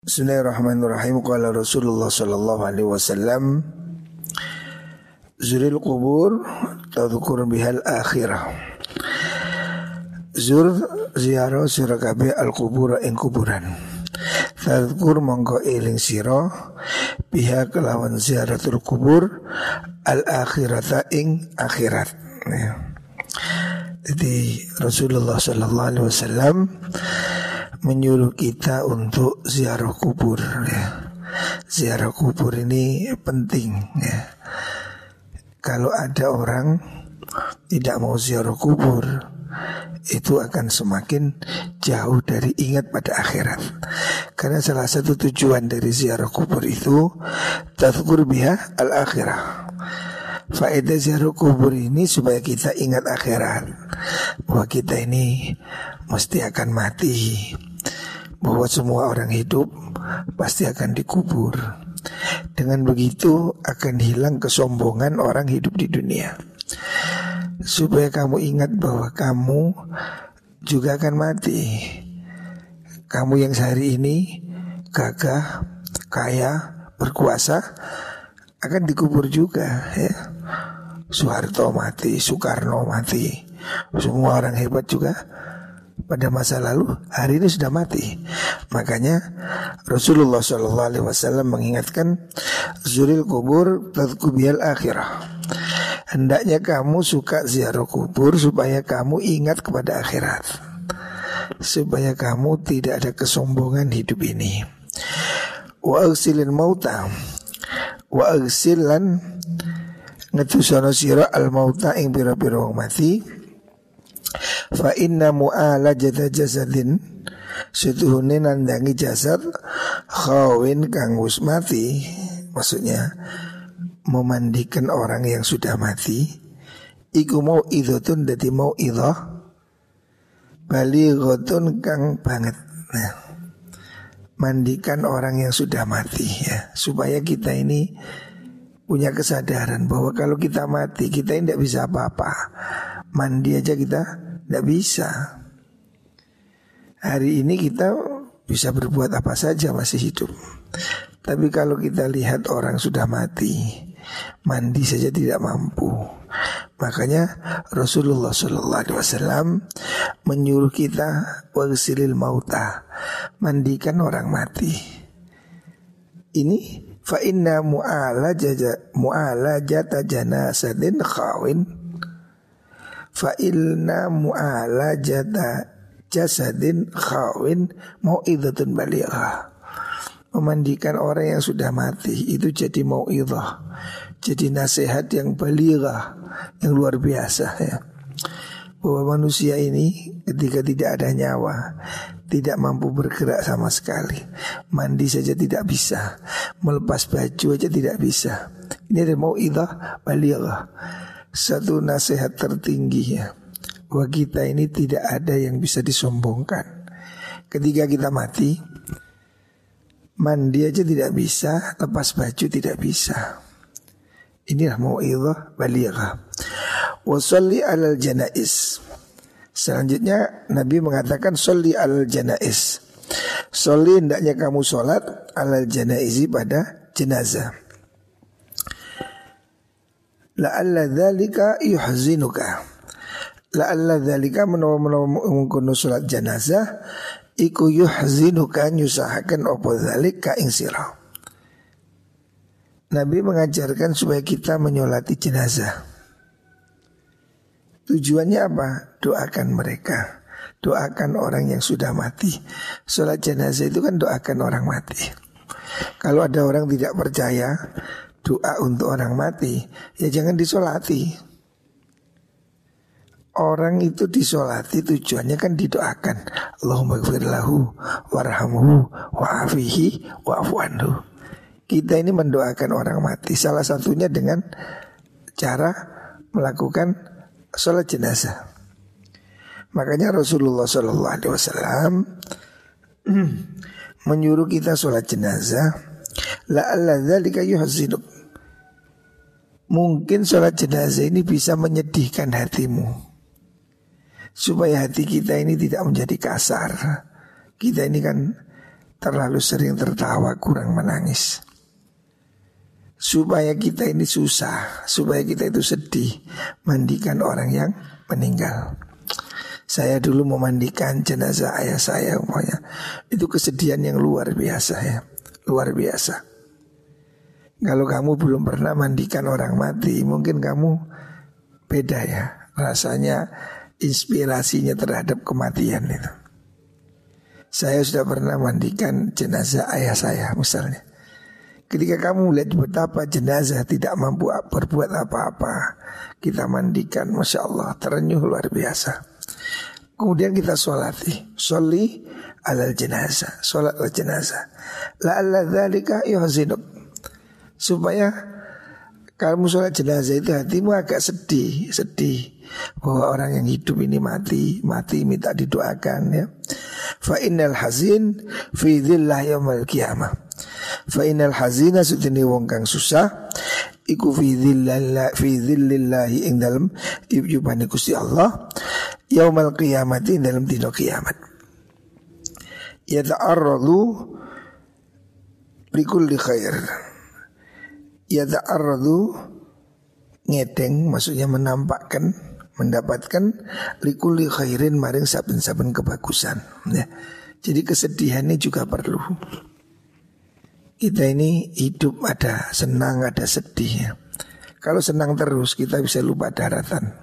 Bismillahirrahmanirrahim. Qala Rasulullah sallallahu alaihi wasallam, zuril qubur tadhkur bihal akhirah. Ziarah sira kabeh al qubur ing kuburan. Tadhkur mongko eling sira biha kelawan ziaratul kubur al akhirata ing akhirat. Jadi Rasulullah sallallahu alaihi wasallam menyuruh kita untuk ziarah kubur ya. Ziarah kubur ini penting ya. Kalau ada orang tidak mau ziarah kubur, itu akan semakin jauh dari ingat pada akhirat. Karena salah satu tujuan dari ziarah kubur itu tadhkur biha al-akhirah. Faedah ziarah kubur ini supaya kita ingat akhirat, bahwa kita ini mesti akan mati, bahwa semua orang hidup pasti akan dikubur. Dengan begitu akan hilang kesombongan orang hidup di dunia. Supaya kamu ingat bahwa kamu juga akan mati. Kamu yang sehari ini gagah, kaya, berkuasa akan dikubur juga ya. Soeharto mati, Soekarno mati, semua orang hebat juga pada masa lalu hari ini sudah mati. Makanya Rasulullah SAW mengingatkan zuril kubur tadhkur bihal akhirah. Hendaknya kamu suka ziarah kubur supaya kamu ingat kepada akhirat, supaya kamu tidak ada kesombongan hidup ini. Wa agsilil mauta, wa agsilan ngetusono sira al mauta ing pira-pira wong mati. Fa inna mu'alajata jasadin, setuhune nandangi jasad khawin kang wis mati, maksudnya memandikan orang yang sudah mati, iku mau idotun dadi mau idoh balighatun kang banget. Nah, mandikan orang yang sudah mati ya, supaya kita ini punya kesadaran bahwa kalau kita mati kita tidak bisa apa-apa. Mandi aja kita tidak bisa. Hari ini kita bisa berbuat apa saja masih hidup. Tapi kalau kita lihat orang sudah mati, mandi saja tidak mampu. Makanya Rasulullah SAW menyuruh kita wagsilil mauta, mandikan orang mati. Ini fa inna mu'alajata janasadin khawin, fa inna mu'alajata jasadin khawin mau'idhatun balighah. Memandikan orang yang sudah mati itu jadi mau'idhah, jadi nasihat yang balighah, yang luar biasa ya. Bahwa manusia ini ketika tidak ada nyawa, tidak mampu bergerak sama sekali, mandi saja tidak bisa, melepas baju aja tidak bisa. Ini ada mau'idhah balighah, satu nasihat tertinggi ya, bahwa kita ini tidak ada yang bisa disombongkan. Ketika kita mati, mandi aja tidak bisa, lepas baju tidak bisa. Inilah mau'idhah balighah. Wa sholli alal janais. Selanjutnya Nabi mengatakan sholli alal janais. Sholli, hendaknya kamu sholat alal janaizi, pada jenazah. La'alla dzalika yuhzinuka. La'alla dzalika menawa mengkono sholat jenazah iku yuhzinuka, nyusahaken opo dzalik ka ing sira. Nabi mengajarkan supaya kita menyolati jenazah. Tujuannya apa? Doakan mereka, doakan orang yang sudah mati. Sholat jenazah itu kan doakan orang mati. Kalau ada orang tidak percaya doa untuk orang mati, ya jangan disolati. Orang itu disolati tujuannya kan didoakan, Allahumma ighfir lahu warhamhu wa'afihi wa'fu anhu. Kita ini mendoakan orang mati, salah satunya dengan cara melakukan sholat jenazah. Makanya Rasulullah SAW menyuruh kita sholat jenazah. La'alla dzalika yuhzinuk. Mungkin sholat jenazah ini bisa menyedihkan hatimu, supaya hati kita ini tidak menjadi kasar. Kita ini kan terlalu sering tertawa, kurang menangis. Supaya kita ini susah, supaya kita itu sedih mandikan orang yang meninggal. Saya dulu memandikan jenazah ayah saya umpamanya, itu kesedihan yang luar biasa ya, luar biasa. Kalau kamu belum pernah mandikan orang mati, mungkin kamu beda ya rasanya, inspirasinya terhadap kematian itu. Saya sudah pernah mandikan jenazah ayah saya misalnya. Ketika kamu melihat betapa jenazah tidak mampu berbuat apa-apa, kita mandikan, Masya Allah, terenyuh luar biasa. Kemudian kita sholati, sholli alal jenazah, sholat al jenazah, la'alla dzalika yuhzinuk, supaya kamu sholat jenazah itu hatimu agak sedih bahwa orang yang hidup ini mati minta didoakan ya. Fa innal hazin fi dhillah yaumil qiyamah. Fa innal hazina sutini wong kang susah iku fi dhillillahi ing dalem yubane Gusti Allah yaumil qiyamati ing dalem dina kiamat. Yata'arradu likulli khair. Yata'arradu ngedeng, maksudnya menampakkan, mendapatkan likulli khairin maring saben-saben kebagusan ya. Jadi kesedihan ini juga perlu. Kita ini hidup ada senang, ada sedih ya. Kalau senang terus kita bisa lupa daratan.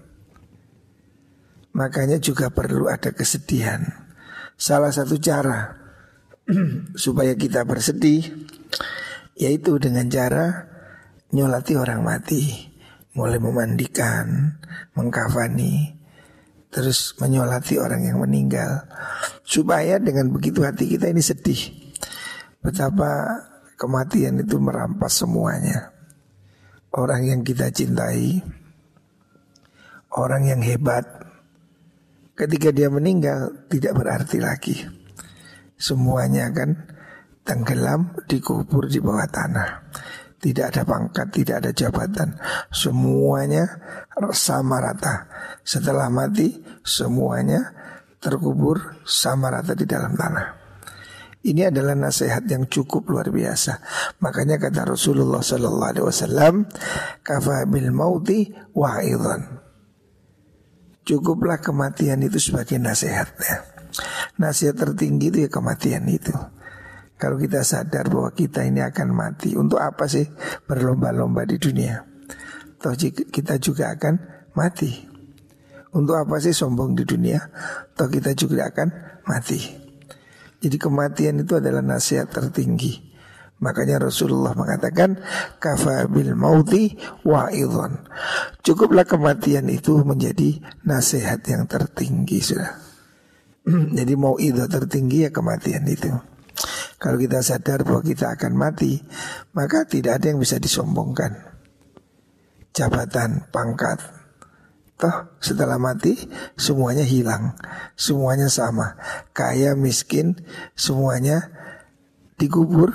Makanya juga perlu ada kesedihan. Salah satu cara supaya kita bersedih yaitu dengan cara nyolati orang mati. Mulai memandikan, mengkafani, terus menyolati orang yang meninggal. Supaya dengan begitu hati kita ini sedih. Betapa kematian itu merampas semuanya. Orang yang kita cintai, orang yang hebat, ketika dia meninggal tidak berarti lagi. Semuanya akan tenggelam, dikubur di bawah tanah. Tidak ada pangkat, tidak ada jabatan, semuanya sama rata. Setelah mati semuanya terkubur sama rata di dalam tanah. Ini adalah nasihat yang cukup luar biasa. Makanya kata Rasulullah SAW, kafa bil mauti wa'idhan. Cukuplah kematian itu sebagai nasihatnya. Nasihat tertinggi itu ya kematian itu. Kalau kita sadar bahwa kita ini akan mati, untuk apa sih berlomba-lomba di dunia? Toh kita juga akan mati. Untuk apa sih sombong di dunia? Toh kita juga akan mati. Jadi kematian itu adalah nasihat tertinggi. Makanya Rasulullah mengatakan kafa bil mauti wa'idhan. Cukuplah kematian itu menjadi nasihat yang tertinggi sudah. Jadi mau'idhah tertinggi ya kematian itu. Kalau kita sadar bahwa kita akan mati, maka tidak ada yang bisa disombongkan. Jabatan, pangkat, toh setelah mati semuanya hilang, semuanya sama. Kaya, miskin, semuanya dikubur,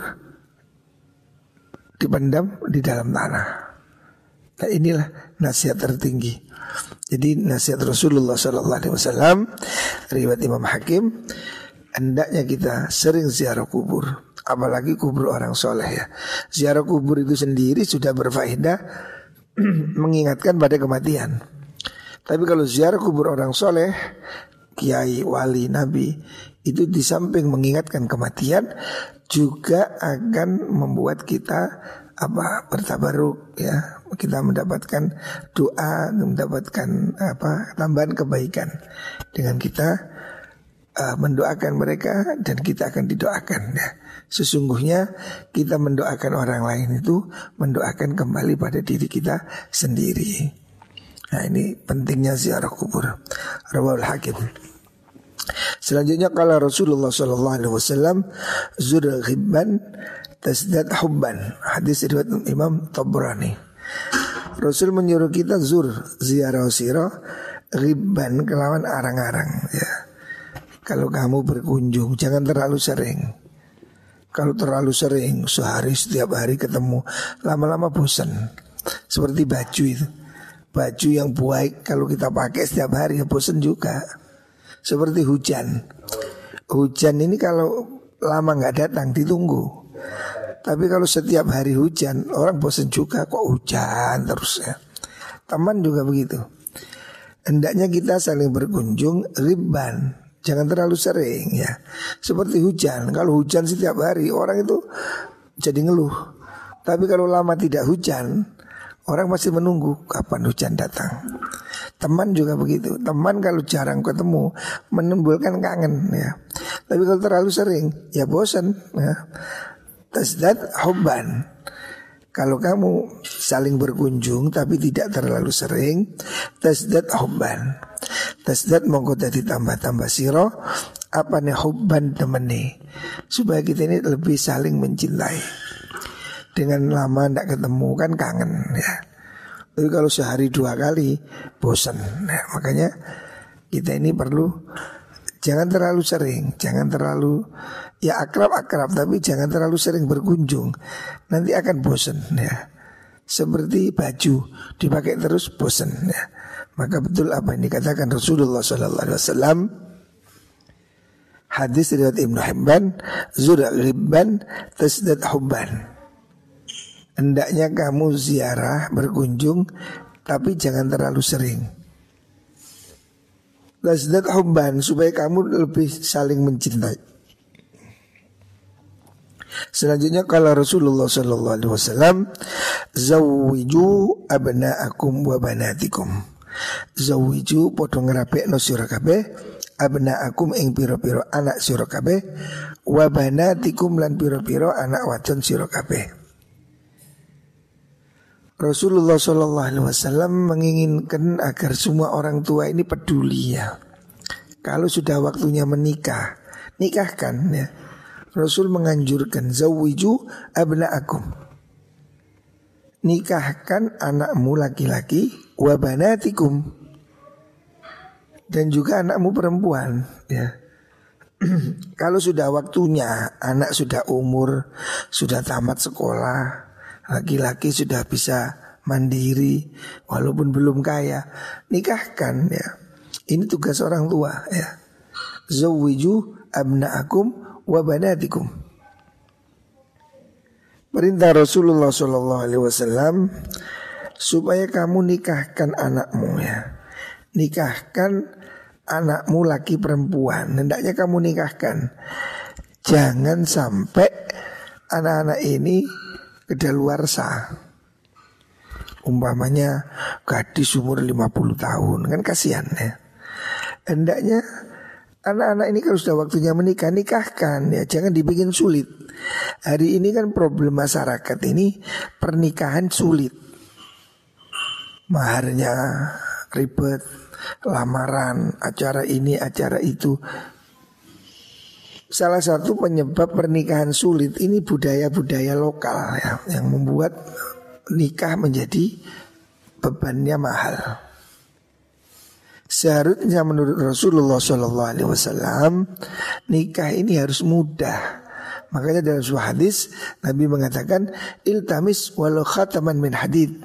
dipendam di dalam tanah. Nah inilah nasihat tertinggi. Jadi nasihat Rasulullah SAW, riwayat Imam Hakim, hendaknya kita sering ziarah kubur, apalagi kubur orang soleh ya. Ziarah kubur itu sendiri sudah berfaedah mengingatkan pada kematian. Tapi kalau ziarah kubur orang soleh, kiai, wali, nabi, itu di samping mengingatkan kematian juga akan membuat kita bertabaruk ya. Kita mendapatkan doa, mendapatkan tambahan kebaikan dengan kita mendoakan mereka dan kita akan didoakan ya. Sesungguhnya kita mendoakan orang lain itu mendoakan kembali pada diri kita sendiri. Nah ini pentingnya ziarah kubur. Rawahul Hakim. Selanjutnya kala Rasulullah SAW zur ghibban tasdad hubban. Hadis riwayat Imam Tabrani. Rasul menyuruh kita ziarah sirah ghibban kelawan arang-arang ya. Kalau kamu berkunjung jangan terlalu sering. Kalau terlalu sering sehari setiap hari ketemu, lama-lama bosan. Seperti baju itu. Baju yang baik kalau kita pakai setiap hari ya bosan juga. Seperti hujan. Hujan ini kalau lama nggak datang ditunggu. Tapi kalau setiap hari hujan, orang bosan juga, kok hujan terus ya. Teman juga begitu. Hendaknya kita saling berkunjung riban, jangan terlalu sering ya. Seperti hujan, kalau hujan setiap hari orang itu jadi ngeluh. Tapi kalau lama tidak hujan, orang masih menunggu kapan hujan datang. Teman juga begitu. Teman kalau jarang ketemu menimbulkan kangen ya. Tapi kalau terlalu sering ya bosan ya. Tasdad hubban. Kalau kamu saling berkunjung tapi tidak terlalu sering, tasdad hubban. Tasdad mongko dadi tambah-tambah siro apa nih hubban temeni, supaya kita ini lebih saling mencintai. Dengan lama tidak ketemu kan kangen ya. Tapi kalau sehari 2 kali bosan ya. Makanya kita ini perlu jangan terlalu sering, jangan terlalu ya akrab-akrab, tapi jangan terlalu sering berkunjung. Nanti akan bosan ya. Seperti baju dipakai terus bosan ya. Maka betul apa yang dikatakan Rasulullah SAW. Hadis riwayat Ibnu Hibban, zura ribban tasdad hubban. Hendaknya kamu ziarah berkunjung tapi jangan terlalu sering. Tasdad hubban, supaya kamu lebih saling mencintai. Selanjutnya kalau Rasulullah sallallahu alaihi wasallam, zawwiju abna'akum wa banatikum. Zawwiju padha ngrapekno sira kabeh abna'akum ing pira-pira anak sira kabeh, wa banatikum lan pira-pira anak wadon sira kabeh. Rasulullah sallallahu alaihi wasallam menginginkan agar semua orang tua ini peduli ya. Kalau sudah waktunya menikah, nikahkan ya. Rasul menganjurkan zawwiju abna'akum. Nikahkan anakmu laki-laki wa banatikum, dan juga anakmu perempuan ya. Kalau sudah waktunya, anak sudah umur, sudah tamat sekolah, laki-laki sudah bisa mandiri walaupun belum kaya, nikahkan ya. Ini tugas orang tua ya. Zawwiju abna'akum wa banatikum. Perintah Rasulullah SAW supaya kamu nikahkan anakmu ya. Nikahkan anakmu laki perempuan, hendaknya kamu nikahkan. Jangan sampai anak-anak ini kedaluarsa. Umpamanya gadis umur 50 tahun, kan kasihan ya. Hendaknya anak-anak ini kalau sudah waktunya menikah, nikahkan ya, jangan dibikin sulit. Hari ini kan problem masyarakat ini pernikahan sulit. Maharnya ribet, lamaran, acara ini, acara itu. Salah satu penyebab pernikahan sulit ini budaya-budaya lokal ya, yang membuat nikah menjadi bebannya mahal. Seharusnya menurut Rasulullah SAW nikah ini harus mudah. Makanya dalam sebuah hadis Nabi mengatakan iltamis walau khataman min hadid.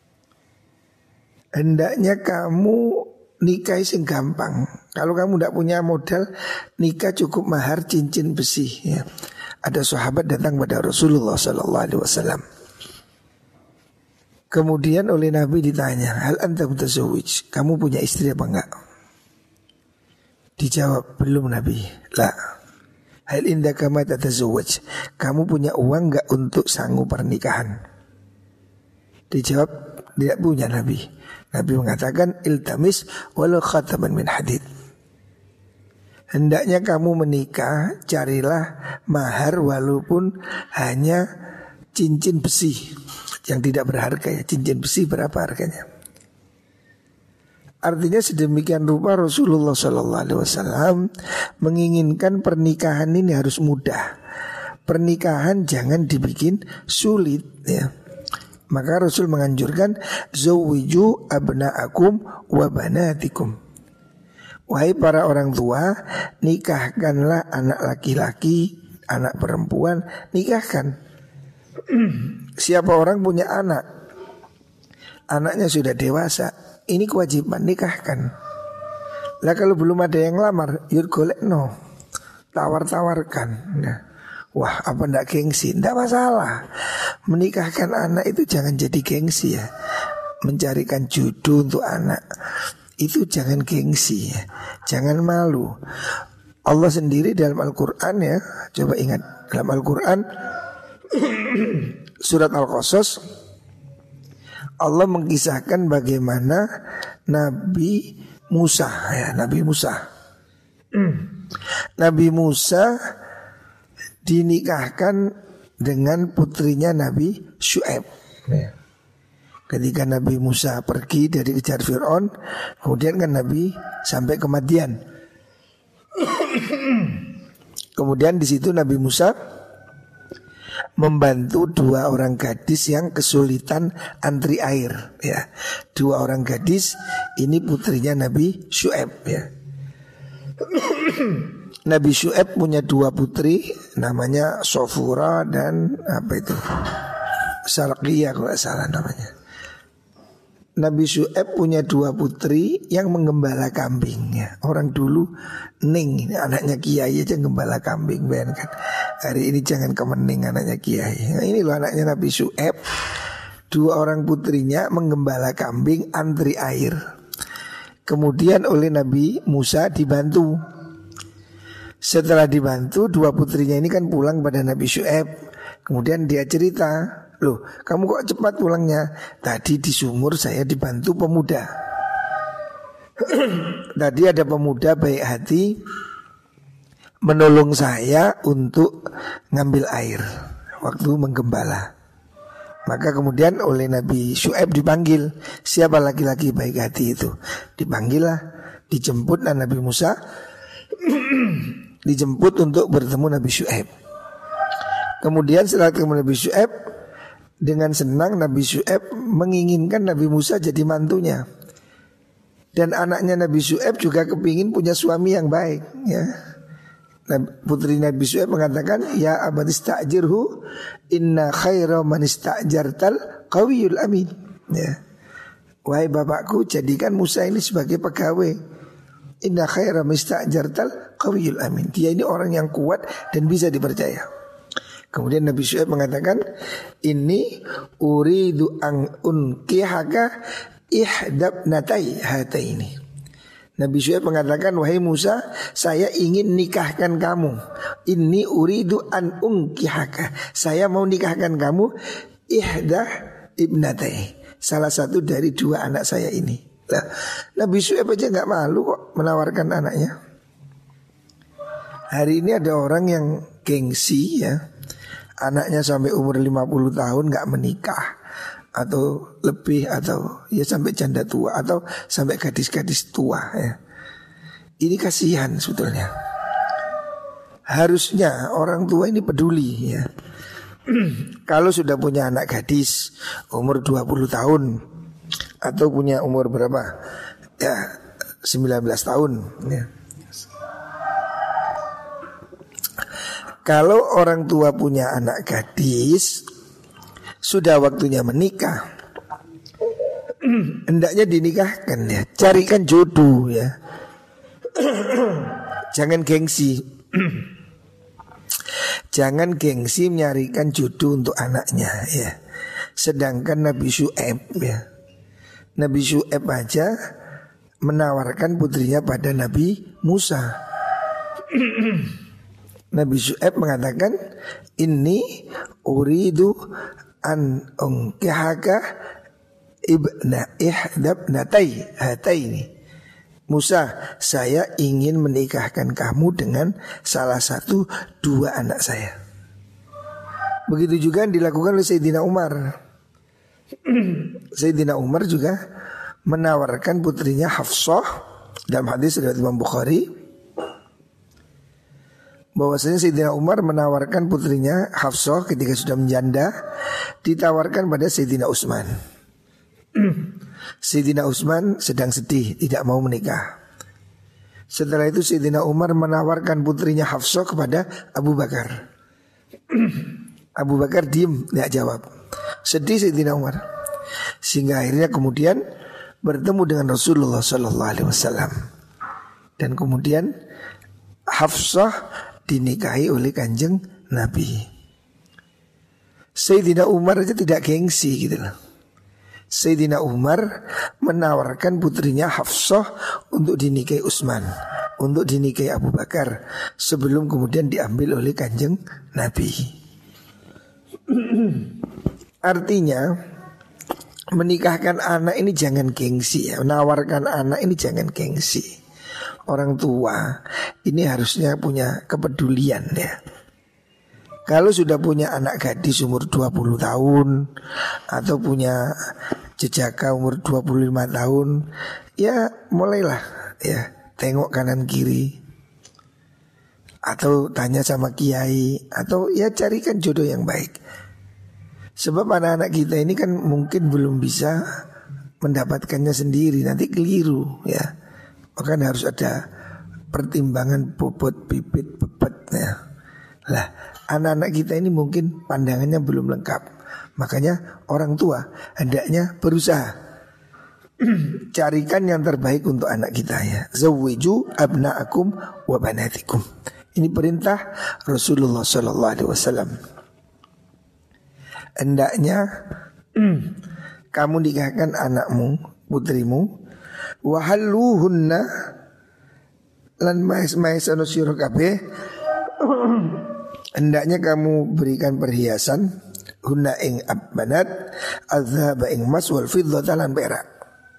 Hendaknya kamu nikah sing gampang. Kalau kamu tidak punya modal, nikah cukup mahar cincin besi ya. Ada sahabat datang pada Rasulullah SAW. Kemudian oleh Nabi ditanya, hal anta mutazawwij, kamu punya istri apa enggak? Dijawab, belum Nabi. La. Hal indaka ma tatazawwaj, kamu punya uang enggak untuk sanggup pernikahan? Dijawab, tidak punya Nabi. Nabi mengatakan iltamis walau khataman min hadid. Hendaknya kamu menikah, carilah mahar walaupun hanya cincin besi yang tidak berharga ya. Cincin besi berapa harganya? Artinya sedemikian rupa Rasulullah SAW menginginkan pernikahan ini harus mudah. Pernikahan jangan dibikin sulit ya. Maka Rasul menganjurkan zawwiju abna'akum wa banatikum. Wahai para orang tua, nikahkanlah anak laki-laki, anak perempuan, nikahkan. Siapa orang punya anak, anaknya sudah dewasa, ini kewajiban nikahkan. Lah kalau belum ada yang lamar, yur golek no, tawar-tawarkan. Nah, Wah, apa ndak gengsi? Ndak masalah. Menikahkan anak itu jangan jadi gengsi ya. Mencarikan jodoh untuk anak itu jangan gengsi ya. Jangan malu. Allah sendiri dalam Al-Quran ya, coba ingat dalam Al-Quran surat Al-Qasas, Allah mengisahkan bagaimana Nabi Musa ya, Nabi Musa dinikahkan dengan putrinya Nabi Syuaib ya. Ketika Nabi Musa pergi dari kejar Fir'aun, kemudian kan Nabi sampai ke Madian. Kemudian di situ Nabi Musa membantu 2 orang gadis yang kesulitan antri air ya. 2 orang gadis ini putrinya Nabi Syuaib ya. Nabi Syuaib punya 2 putri, namanya Sofura dan apa itu, Sarqiyah kalau tidak salah namanya. Nabi Syuaib punya 2 putri yang menggembala kambing ya. Orang dulu Ning, anaknya kiai aja gembala kambing, bayangkan. Hari ini jangan kemening anaknya kiai. Nah, ini loh anaknya Nabi Syuaib, 2 orang putrinya menggembala kambing antri air. Kemudian oleh Nabi Musa dibantu. Setelah dibantu 2 putrinya ini kan pulang pada Nabi Syuaib. Kemudian dia cerita, loh kamu kok cepat pulangnya? Tadi di sumur saya dibantu pemuda. Tadi ada pemuda baik hati menolong saya untuk ngambil air waktu menggembala. Maka kemudian oleh Nabi Syuaib dipanggil, siapa laki-laki baik hati itu? Dipanggillah, dijemputlah Nabi Musa dijemput untuk bertemu Nabi Syuaib. Kemudian setelah ketemu Nabi Syuaib, dengan senang Nabi Syuaib menginginkan Nabi Musa jadi mantunya. Dan anaknya Nabi Syuaib juga kepingin punya suami yang baik ya. Putri Nabi Syuaib mengatakan, ya abad istajirhu inna khaira man istajartal qawiyul amin ya. Wahai bapakku, jadikan Musa ini sebagai pegawai. Inna khaira man istajartal qawiyul amin. Dia ini orang yang kuat dan bisa dipercaya. Kemudian Nabi Syuaib mengatakan, ini uridu an unkihaka ihdab natai hataini. Nabi Syuaib mengatakan, wahai Musa, saya ingin nikahkan kamu. Ini uridu an unkihaka. Saya mau nikahkan kamu ihda ibnatai, salah satu dari 2 anak saya ini. Nah, Nabi Syuaib aja gak malu kok menawarkan anaknya. Hari ini ada orang yang gengsi ya, anaknya sampai umur 50 tahun gak menikah, atau lebih, atau ya sampai janda tua, atau sampai gadis-gadis tua ya. Ini kasihan sebetulnya. Harusnya orang tua ini peduli ya. Kalau sudah punya anak gadis umur 20 tahun atau punya umur berapa ya, 19 tahun ya. Kalau orang tua punya anak gadis, sudah waktunya menikah, hendaknya dinikahkan ya. Carikan jodoh ya. Jangan gengsi. Jangan gengsi menyarikan jodoh untuk anaknya ya. Sedangkan Nabi Syuaib ya, Nabi Syuaib aja menawarkan putrinya pada Nabi Musa. Nabi Syuaib mengatakan, ini uridu an unkihaka ibna ihdab natai hataini. Musa, saya ingin menikahkan kamu dengan salah satu 2 anak saya. Begitu juga dilakukan oleh Sayyidina Umar. Sayyidina Umar juga menawarkan putrinya Hafsah, dalam hadis riwayat Imam Bukhari, bahwasanya Sayyidina Umar menawarkan putrinya Hafsah ketika sudah menjanda, ditawarkan pada Sayyidina Utsman. Sayyidina Utsman sedang sedih, tidak mau menikah. Setelah itu Sayyidina Umar menawarkan putrinya Hafsah kepada Abu Bakar. Abu Bakar diem, tidak jawab. Sedih Sayyidina Umar. Sehingga akhirnya kemudian bertemu dengan Rasulullah SAW. Dan kemudian Hafsah dinikahi oleh Kanjeng Nabi. Sayyidina Umar aja tidak gengsi gitu loh. Sayyidina Umar menawarkan putrinya Hafsah untuk dinikahi Utsman, untuk dinikahi Abu Bakar, sebelum kemudian diambil oleh Kanjeng Nabi. Artinya menikahkan anak ini jangan gengsi ya, menawarkan anak ini jangan gengsi. Orang tua ini harusnya punya kepedulian ya. Kalau sudah punya anak gadis umur 20 tahun atau punya jejaka umur 25 tahun, ya mulailah ya tengok kanan kiri, atau tanya sama kiai, atau ya carikan jodoh yang baik. Sebab anak-anak kita ini kan mungkin belum bisa mendapatkannya sendiri, nanti keliru ya. Maka harus ada pertimbangan bobot bibit bebet ya. Lah anak-anak kita ini mungkin pandangannya belum lengkap. Makanya orang tua hendaknya berusaha carikan yang terbaik untuk anak kita ya. Zawwiju abna'akum wa banatikum. Ini perintah Rasulullah sallallahu alaihi wasallam. Hendaknya kamu nikahkan anakmu, putrimu, wa halluhunna lan maes-maes ana sira kabeh. Hendaknya kamu berikan perhiasan hunna ing abbanat azhaba ing mas wal fiddata lan perak.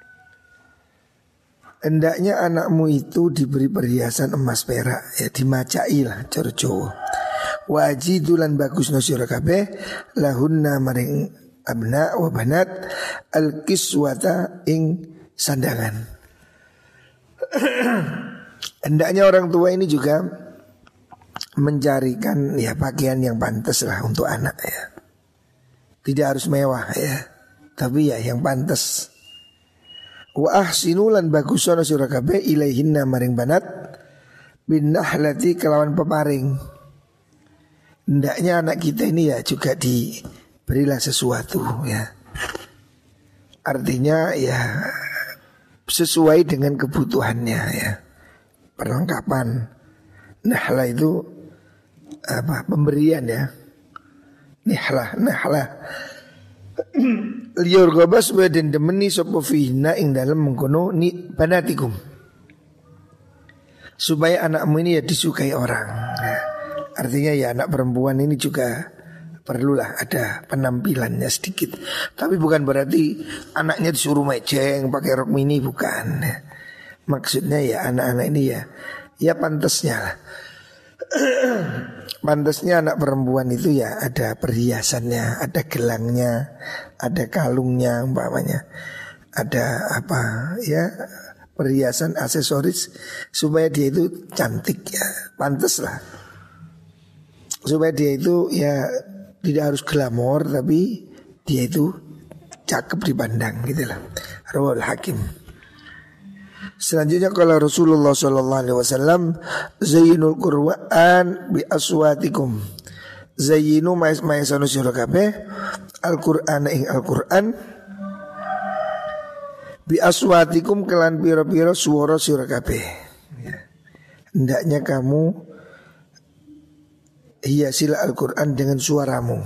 Hendaknya anakmu itu diberi perhiasan emas perak ya, dimacai lah cara Jawa. Wajidulan bagus no sira kabeh lahunna maring abna wa banat al kiswata ing sandangan. Hendaknya orang tua ini juga mencarikan ya pakaian yang pantas lah untuk anak ya. Tidak harus mewah ya, tapi ya yang pantas. Wa ahsinulan bagusono sira kabeh ilaihinna maring banat bin nahlati kelawan peparing. Hendaknya anak kita ini ya juga diberilah sesuatu ya. Artinya ya sesuai dengan kebutuhannya ya. Perlengkapan. Nahla itu apa? Pemberian ya. Nahla. Liur gobas wa den demeni sapa fihna ing dalem mengkono ni banatikum. Supaya anakmu ini ya disukai orang ya. Artinya ya anak perempuan ini juga perlulah ada penampilannya sedikit. Tapi bukan berarti anaknya disuruh mejeng pakai rok mini, bukan. Maksudnya ya anak-anak ini ya pantasnya lah. Pantasnya anak perempuan itu ya ada perhiasannya, ada gelangnya, ada kalungnya umpamanya, ada apa ya perhiasan aksesoris supaya dia itu cantik ya, pantas lah. Supaya dia itu ya tidak harus glamor tapi dia itu cakep dipandang gitu lah. Rawal Hakim. Selanjutnya kalau Rasulullah sallallahu alaihi wasallam zayyinul Qur'an bi aswatikum. Zayyinu maesanu sira kabeh Al-Qur'an ing Al-Qur'an bi aswatikum kelan pira-pira swara sira kabeh. Hendaknya kamu hiasilah Al-Qur'an dengan suaramu.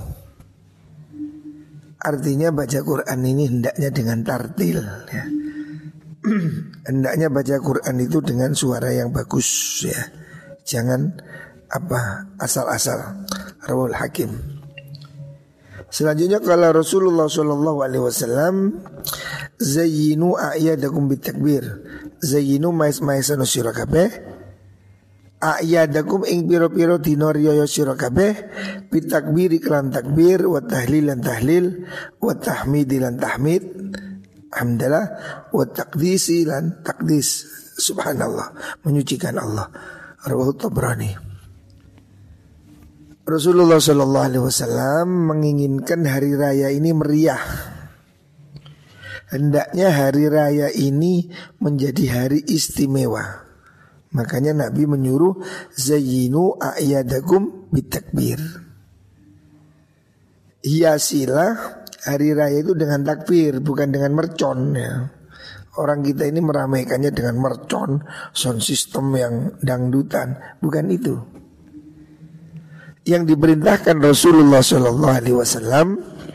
Artinya baca Quran ini hendaknya dengan tartil ya. Hendaknya baca Quran itu dengan suara yang bagus ya. Jangan apa asal-asal. Rawal Hakim. Selanjutnya kalau Rasulullah sallallahu alaihi wasallam zayyinu a'yadakum bitakbir. Zayyinu mais-maisan sira kabeh a'yadakum ing pira-pira dina riyaya sira kabeh bitakbir iklan takbir wa tahlil lan tahlil wa tahmid lan tahmid hamdalah wa taqdisi lan taqdis subhanallah menyucikan Allah. Rawahu Tabrani. Rasulullah sallallahu alaihi wasallam menginginkan hari raya ini meriah. Hendaknya hari raya ini menjadi hari istimewa. Makanya Nabi menyuruh zayyinu a'yadakum bitakbir. Hiasilah hari raya itu dengan takbir, bukan dengan mercon ya. Orang kita ini meramaikannya dengan mercon, sound system yang dangdutan, bukan itu. yang diperintahkan Rasulullah Shallallahu Alaihi Wasallam,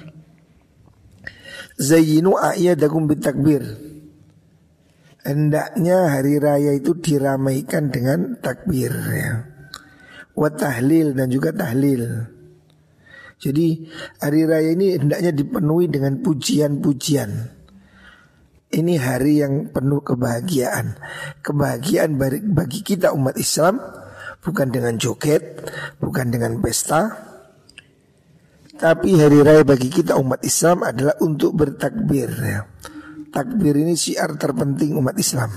zayyinu a'yadakum bitakbir. Hendaknya hari raya itu diramaikan dengan takbir, ya. Wa tahlil, dan juga tahlil. Jadi hari raya ini hendaknya dipenuhi dengan pujian-pujian. Ini hari yang penuh kebahagiaan. Kebahagiaan bagi kita umat Islam, bukan dengan joget, bukan dengan pesta, tapi hari raya bagi kita umat Islam adalah untuk bertakbir, ya. Takbir ini syiar terpenting umat Islam.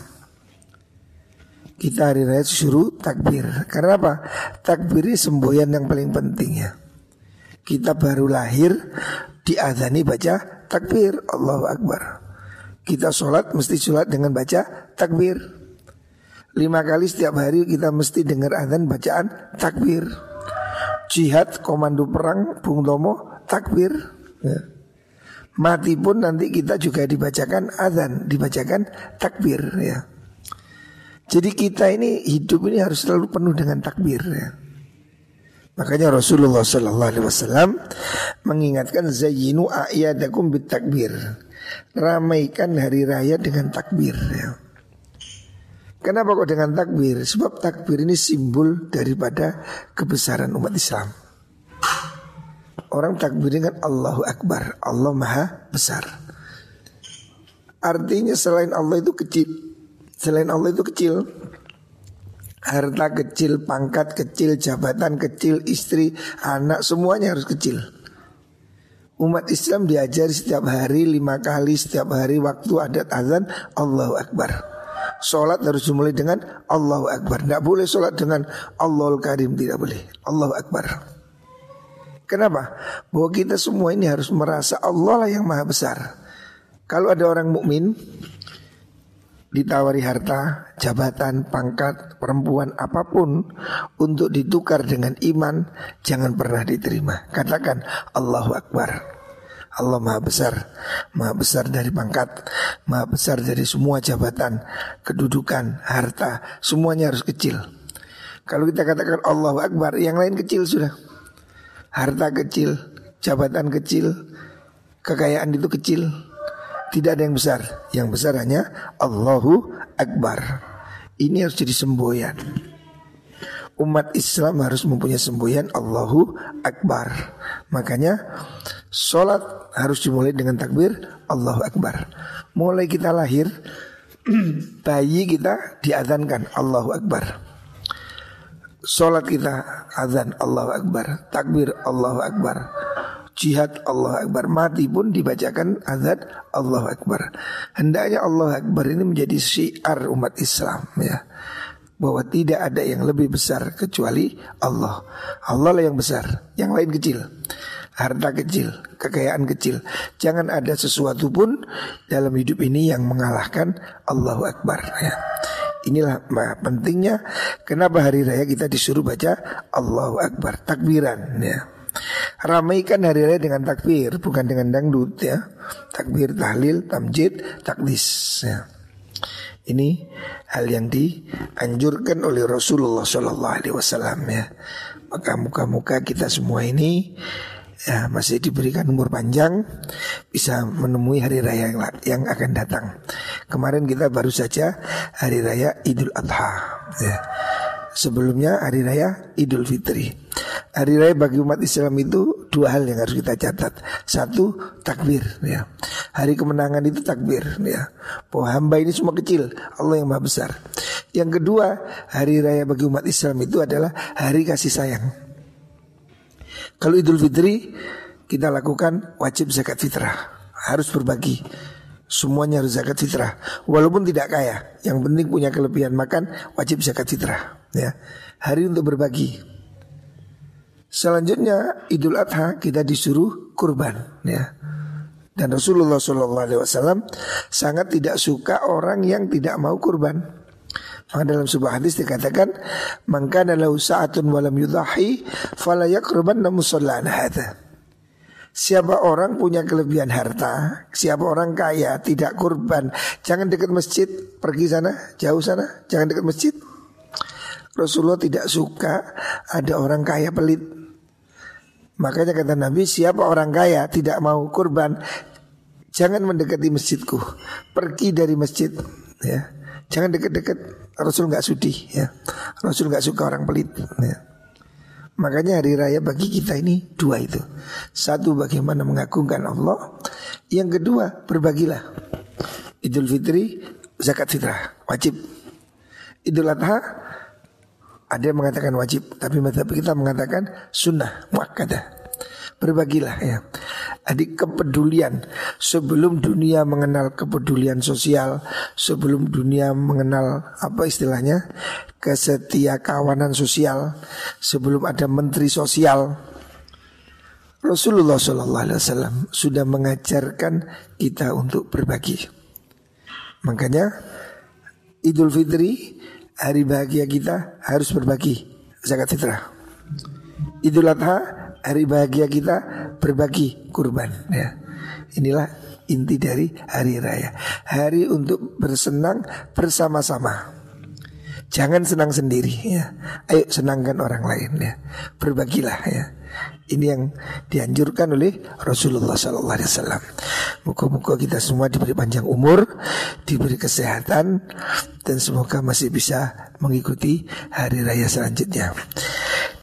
Kita hari raya disuruh takbir. Karena apa? Takbir ini semboyan yang paling penting, ya. Kita baru lahir diadzani baca takbir, Allahu Akbar. Kita sholat mesti sholat dengan baca takbir. 5 kali setiap hari kita mesti dengar adzan bacaan takbir. Jihad, komando perang, Bung Tomo, takbir, ya. Mati pun nanti kita juga dibacakan adzan, dibacakan takbir, ya. Jadi kita ini hidup ini harus selalu penuh dengan takbir, ya. Makanya Rasulullah Sallallahu Alaihi Wasallam mengingatkan zayyinu a'yadakum bitakbir. Ramaikan hari raya dengan takbir, ya. Kenapa kok dengan takbir? Sebab takbir ini simbol daripada kebesaran umat Islam. Orang takbir dengan Allahu Akbar, Allah Maha Besar. Artinya selain Allah itu kecil. Selain Allah itu kecil. Harta kecil, pangkat kecil, jabatan kecil, istri, anak, semuanya harus kecil. Umat Islam diajari setiap hari 5 kali, setiap hari waktu adat azan, Allahu Akbar. Sholat harus dimulai dengan Allahu Akbar. Tidak boleh sholat dengan Allahul Karim, tidak boleh. Allahu Akbar. Kenapa? Bahwa kita semua ini harus merasa Allah lah yang maha besar. Kalau ada orang mukmin ditawari harta, jabatan, pangkat, perempuan, apapun untuk ditukar dengan iman, jangan pernah diterima. Katakan Allahu Akbar. Allah maha besar dari pangkat, maha besar dari semua jabatan, kedudukan, harta, semuanya harus kecil. Kalau kita katakan Allahu Akbar, yang lain kecil sudah. Harta kecil, jabatan kecil, kekayaan itu kecil. Tidak ada yang besar. Yang besar hanya Allahu Akbar. Ini harus jadi semboyan. Umat Islam harus mempunyai semboyan Allahu Akbar. Makanya sholat harus dimulai dengan takbir Allahu Akbar. Mulai kita lahir, bayi kita diadzankan Allahu Akbar. Sholat kita azan Allahu Akbar, takbir Allahu Akbar, jihad Allahu Akbar, mati pun dibacakan azan Allahu Akbar. Hendaknya Allahu Akbar ini menjadi syiar umat Islam, ya, bahwa tidak ada yang lebih besar kecuali Allah. Allah lah yang besar, yang lain kecil. Harta kecil, kekayaan kecil. Jangan ada sesuatu pun dalam hidup ini yang mengalahkan Allahu Akbar, ya. Inilah pentingnya kenapa hari raya kita disuruh baca Allahu Akbar, takbiran, ya. Ramaikan hari raya dengan takbir, bukan dengan dangdut, ya. Takbir, tahlil, tamjid, takdis, ya. Ini hal yang dianjurkan oleh Rasulullah Sallallahu Alaihi Wasallam, ya. Maka muka-muka kita semua ini, ya, masih diberikan umur panjang, bisa menemui hari raya yang akan datang. Kemarin kita baru saja hari raya Idul Adha, ya. Sebelumnya hari raya Idul Fitri. Hari raya bagi umat Islam itu 2 hal yang harus kita catat. 1, takbir, ya. Hari kemenangan itu takbir, ya. Bahwa hamba ini semua kecil, Allah yang maha besar. Yang kedua, hari raya bagi umat Islam itu adalah hari kasih sayang. Kalau Idul Fitri kita lakukan wajib zakat fitrah, harus berbagi. Semuanya harus zakat fitrah, walaupun tidak kaya, yang penting punya kelebihan makan, wajib zakat fitrah, ya. Hari untuk berbagi. Selanjutnya Idul Adha kita disuruh kurban, ya. Dan Rasulullah SAW sangat tidak suka orang yang tidak mau kurban. Maka dalam sebuah hadis dikatakan, "Man kana lahu sa'atun wa lam yudhahi fala yaqrabanna musallana hadza." Siapa orang punya kelebihan harta, siapa orang kaya tidak kurban, jangan dekat masjid, pergi sana, jauh sana, jangan dekat masjid. Rasulullah tidak suka ada orang kaya pelit. Makanya kata Nabi, siapa orang kaya tidak mau kurban, jangan mendekati masjidku, pergi dari masjid ya. Jangan dekat-dekat, Rasul nggak sudi ya. Rasul nggak suka orang pelit ya. Makanya hari raya bagi kita ini dua itu. Satu, bagaimana mengagungkan Allah. Yang kedua, berbagilah. Idul Fitri, zakat fitrah, wajib. Idul Adha, ada yang mengatakan wajib, tapi mazhab kita mengatakan sunnah muakkadah. Berbagilah ya. Adik kepedulian. Sebelum dunia mengenal kepedulian sosial, sebelum dunia mengenal apa istilahnya, kesetiakawanan sosial, sebelum ada menteri sosial, Rasulullah SAW sudah mengajarkan kita untuk berbagi. Makanya Idul Fitri, hari bahagia kita, harus berbagi zakat fitrah. Idul Adha, hari bahagia kita, berbagi kurban ya. Inilah inti dari hari raya. Hari untuk bersenang bersama-sama. Jangan senang sendiri ya. Ayo senangkan orang lain ya. Berbagilah ya. Ini yang dianjurkan oleh Rasulullah SAW. Moga-moga kita semua diberi panjang umur, diberi kesehatan, dan semoga masih bisa mengikuti hari raya selanjutnya.